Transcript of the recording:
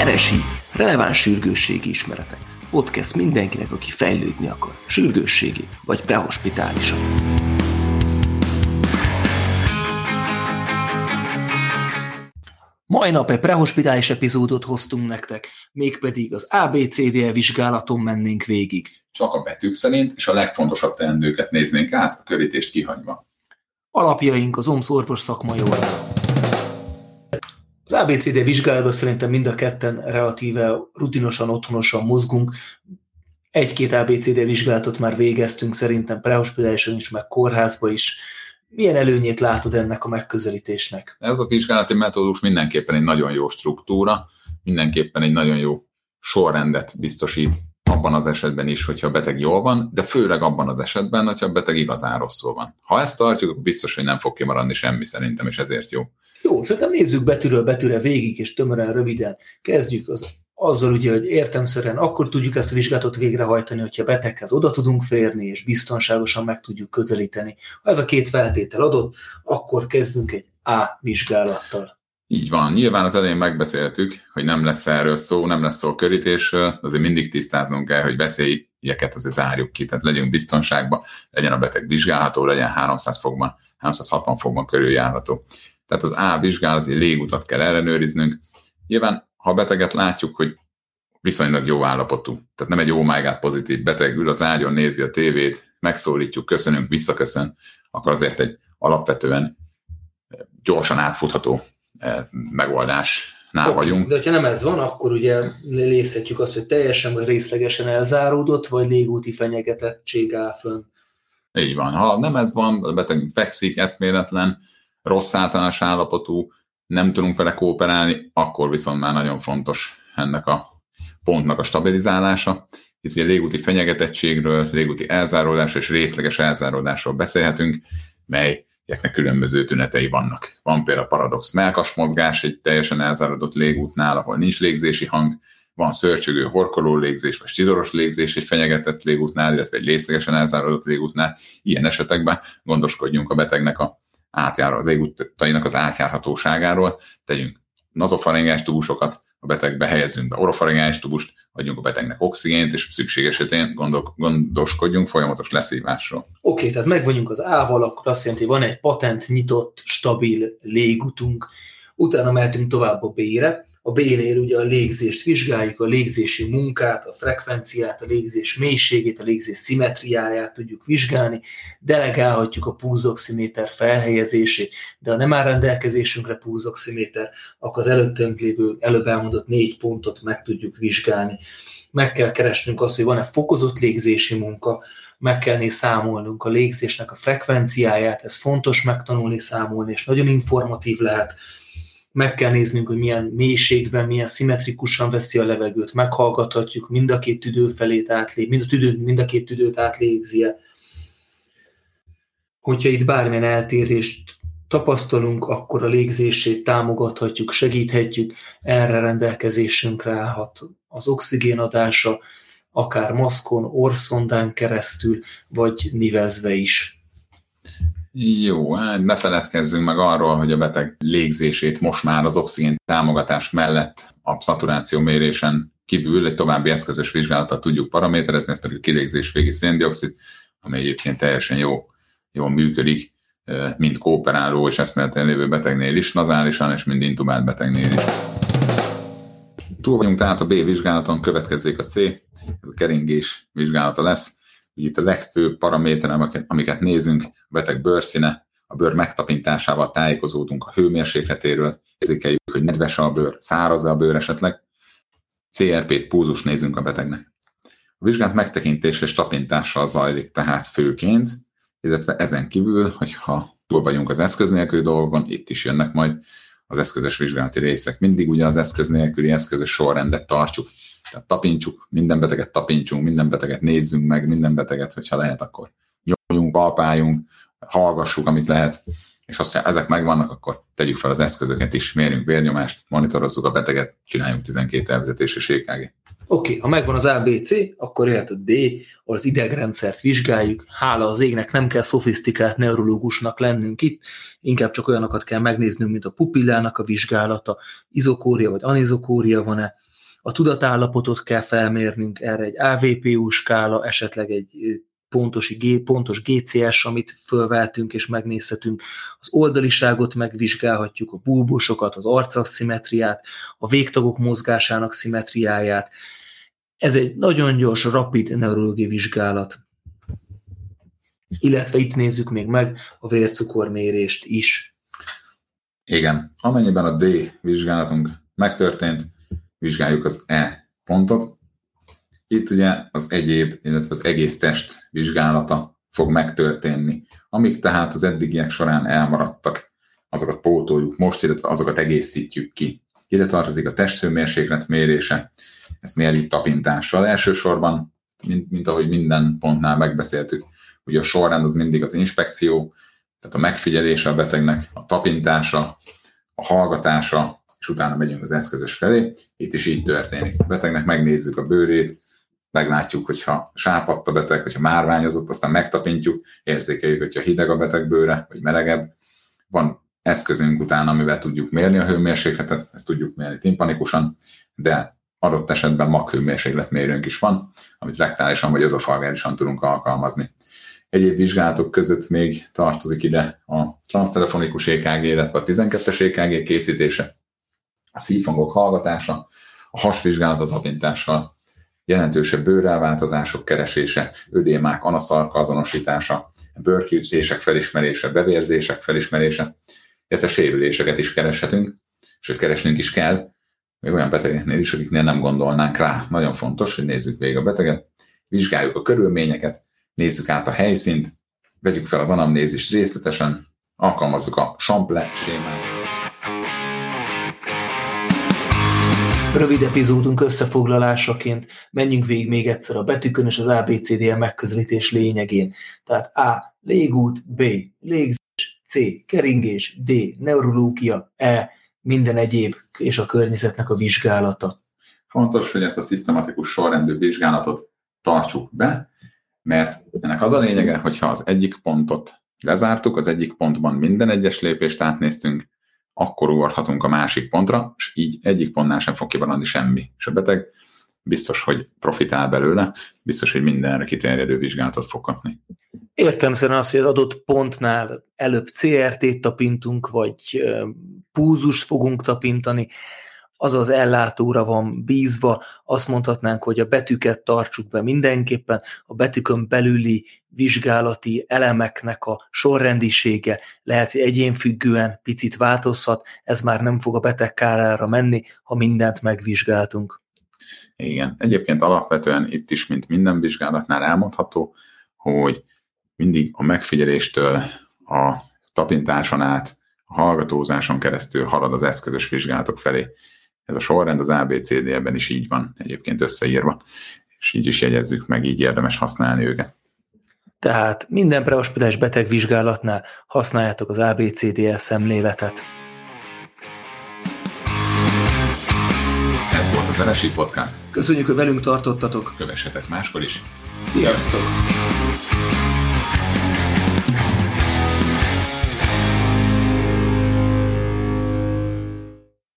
RSI, releváns sürgősségi ismeretek. Podcast mindenkinek, aki fejlődni akar, sürgősségi vagy prehospitálisan. Mai nap egy prehospitális epizódot hoztunk nektek, mégpedig az ABCDE vizsgálaton mennénk végig. Csak a betűk szerint, és a legfontosabb teendőket néznénk át, a körítést kihagyva. Alapjaink az OMS orvos szakmai oldalon. Az ABCDE vizsgálatban szerintem mind a ketten relatíve rutinosan, otthonosan mozgunk. Egy-két ABCDE vizsgálatot már végeztünk szerintem prehospitálisan is, meg kórházba is. Milyen előnyét látod ennek a megközelítésnek? Ez a vizsgálati metódus mindenképpen egy nagyon jó struktúra, mindenképpen egy nagyon jó sorrendet biztosít abban az esetben is, hogyha a beteg jól van, de főleg abban az esetben, hogyha a beteg igazán rosszul van. Ha ezt tartjuk, akkor biztos, hogy nem fog kimaradni semmi szerintem, és ezért jó. Jó, szerintem nézzük betűről betűre végig, és tömören, röviden. Kezdjük azzal, ugye, hogy értelemszerűen akkor tudjuk ezt a vizsgálatot végrehajtani, hogyha a beteghez oda tudunk férni, és biztonságosan meg tudjuk közelíteni. Ha ez a két feltétel adott, akkor kezdünk egy A vizsgálattal. Így van. Nyilván az elején megbeszéltük, hogy nem lesz erről szó, nem lesz szó körítésről, azért mindig tisztáznunk kell, hogy veszélyeket azért zárjuk ki, tehát legyünk biztonságban, legyen a beteg vizsgálható, legyen 300 fokban, 360 fokban körüljárható. Tehát az A vizsgálat, azért légutat kell ellenőriznünk. Nyilván, ha a beteget látjuk, hogy viszonylag jó állapotú, tehát nem egy oh my God pozitív beteg, ül az ágyon, nézi a tévét, megszólítjuk, köszönünk, visszaköszön, akkor azért egy alapvetően gyorsan átfutható megoldásnál vagyunk. De ha nem ez van, akkor ugye lészhetjük azt, hogy teljesen vagy részlegesen elzáródott, vagy légúti fenyegetettség áll fönn. Így van. Ha nem ez van, a beteg fekszik, eszméletlen, rossz általános állapotú, nem tudunk vele kooperálni, akkor viszont már nagyon fontos ennek a pontnak a stabilizálása. Itt ugye légúti fenyegetettségről, légúti elzáródásról és részleges elzáródásról beszélhetünk, melyeknek különböző tünetei vannak. Van például paradox mellkas mozgás egy teljesen elzáródott légútnál, ahol nincs légzési hang, van szörcsögő, horkoló légzés, vagy stidoros légzés egy fenyegetett légútnál, illetve egy részlegesen elzáródott légútnál. Ilyen esetekben gondoskodjunk a betegnek a légútainak az átjárhatóságáról, tegyünk nazofaringális tubusokat, a betegbe helyezzünk be orofaringális tubust, adjunk a betegnek oxigént, és szükség esetén gondoskodjunk folyamatos leszívásról. Oké, tehát megvonjunk az A-val, akkor azt jelenti, hogy van egy patent, nyitott, stabil légútunk. Utána mehetünk tovább a B-re. A B-nél ugye a légzést vizsgáljuk, a légzési munkát, a frekvenciát, a légzés mélységét, a légzés szimmetriáját tudjuk vizsgálni, delegálhatjuk a pulzoximéter felhelyezését, de ha nem áll rendelkezésünkre pulzoximéter, akkor az előttünk lévő, előbb elmondott 4 pontot meg tudjuk vizsgálni. Meg kell keresnünk azt, hogy van-e fokozott légzési munka, meg kell számolnunk a légzésnek a frekvenciáját, ez fontos megtanulni számolni, és nagyon informatív lehet. Meg kell néznünk, hogy milyen mélységben, milyen szimmetrikusan veszi a levegőt, meghallgathatjuk, mind a két tüdő felét mind a két tüdőt átlégzi-e. Hogyha itt bármilyen eltérést tapasztalunk, akkor a légzését támogathatjuk, segíthetjük, erre rendelkezésünkre állhat az oxigénadása, akár maszkon, orrszondán keresztül, vagy nivezve is. Jó, ne feledkezzünk meg arról, hogy a beteg légzését most már az oxigén támogatás mellett a szaturáció mérésen kívül egy további eszközös vizsgálattal tudjuk paraméterezni, ez pedig a kilégzés végi széndioxid, amely egyébként teljesen jól működik, mind kooperáló és eszméletlen lévő betegnél is, nazálisan, és mind intubált betegnél is. Túl vagyunk tehát a B vizsgálaton, következzék a C, ez a keringés vizsgálata lesz. Ugye itt a legfőbb paraméter, amiket nézünk, a beteg bőrszíne, a bőr megtapintásával tájékozódunk a hőmérsékletéről, érzékeljük, hogy nedves a bőr, száraz a bőr esetleg, CRP-t, pulzust nézünk a betegnek. A vizsgálat megtekintése és tapintással zajlik tehát főként, illetve ezen kívül, hogyha túl vagyunk az eszköz nélküli dolgokon, itt is jönnek majd az eszközös vizsgálati részek. Mindig ugye az eszköz nélküli eszközös sorrendet tartsuk. Tehát tapintsuk, minden beteget tapintsunk, minden beteget nézzünk meg, minden beteget, hogyha lehet, akkor nyomuljunk, palpáljunk, hallgassuk, amit lehet, és azt, ha ezek megvannak, akkor tegyük fel az eszközöket is, mérjünk vérnyomást, monitorozzuk a beteget, csináljunk 12 elvezetéses EKG. Oké, ha megvan az ABC, akkor jöhet a D, ahol az idegrendszert vizsgáljuk. Hála az égnek, nem kell szofisztikált neurológusnak lennünk itt, inkább csak olyanokat kell megnéznünk, mint a pupillának a vizsgálata, izokória vagy anizokória van-e, A tudatállapotot kell felmérnünk, erre egy AVPU skála, esetleg egy pontos GCS, amit fölveltünk és megnézhetünk. Az oldaliságot megvizsgálhatjuk, a bulbosokat, az arcaszimmetriát, a végtagok mozgásának szimmetriáját. Ez egy nagyon gyors, rapid neurológiai vizsgálat. Illetve itt nézzük még meg a vércukormérést is. Igen, amennyiben a D vizsgálatunk megtörtént, vizsgáljuk az E pontot. Itt ugye az egyéb, illetve az egész test vizsgálata fog megtörténni. Amik tehát az eddigiek során elmaradtak, azokat pótoljuk most, illetve azokat egészítjük ki. Ide tartozik a testhőmérséklet mérése, ezt mérjük tapintással. Elsősorban, mint ahogy minden pontnál megbeszéltük, ugye a sorrend az mindig az inspekció, tehát a megfigyelése a betegnek, a tapintása, a hallgatása, és utána megyünk az eszközös felé. Itt is így történik. A betegnek megnézzük a bőrét, meglátjuk, hogyha sápadt a beteg, hogyha márványozott, aztán megtapintjuk, érzékeljük, hogyha hideg a beteg bőre, vagy melegebb. Van eszközünk utána, amivel tudjuk mérni a hőmérsékletet, ezt tudjuk mérni timpanikusan, de adott esetben maghőmérsékletmérőnk is van, amit rektálisan vagy özofagálisan tudunk alkalmazni. Egyéb vizsgálatok között még tartozik ide a transztelefonikus EKG, illetve a 12-es EKG készítése, a szívhangok hallgatása, a hasvizsgálat tapintással, jelentősebb bőrráváltozások keresése, ödémák, anaszarka azonosítása, bőrkiütések felismerése, bevérzések felismerése, illetve sérüléseket is kereshetünk, sőt keresnünk is kell, még olyan betegeknél is, akiknél nem gondolnánk rá. Nagyon fontos, hogy nézzük végig a beteget, vizsgáljuk a körülményeket, nézzük át a helyszínt, vegyük fel az anamnézist részletesen, alkalmazzuk a Champlain sémát. Rövid epizódunk összefoglalásaként menjünk végig még egyszer a betűkön és az ABCDE megközelítés lényegén. Tehát A. Légút, B. Légzés, C. Keringés, D. Neurológia, E. Minden egyéb és a környezetnek a vizsgálata. Fontos, hogy ezt a szisztematikus sorrendű vizsgálatot tartsuk be, mert ennek az a lényege, hogyha az egyik pontot lezártuk, az egyik pontban minden egyes lépést átnéztünk, akkor ugorhatunk a másik pontra, és így egyik pontnál sem fog kimaradni semmi. És a beteg biztos, hogy profitál belőle, biztos, hogy mindenre kiterjedő vizsgálatot fog kapni. Értelemszerűen az, hogy az adott pontnál előbb CRT-t tapintunk, vagy púzust fogunk tapintani, az az ellátóra van bízva, azt mondhatnánk, hogy a betűket tartsuk be mindenképpen, a betűkön belüli vizsgálati elemeknek a sorrendisége lehet, hogy egyénfüggően picit változhat, ez már nem fog a beteg kárára menni, ha mindent megvizsgáltunk. Igen, egyébként alapvetően itt is, mint minden vizsgálatnál elmondható, hogy mindig a megfigyeléstől a tapintáson át, a hallgatózáson keresztül halad az eszközös vizsgálatok felé. Ez a sorrend az ABCD-ben is így van egyébként összeírva, és így is jegyezzük meg, így érdemes használni őket. Tehát minden prehospitális betegvizsgálatnál használjátok az ABCDE szemléletet. Ez volt az RSI Podcast. Köszönjük, hogy velünk tartottatok. Kövessetek máskor is. Sziasztok!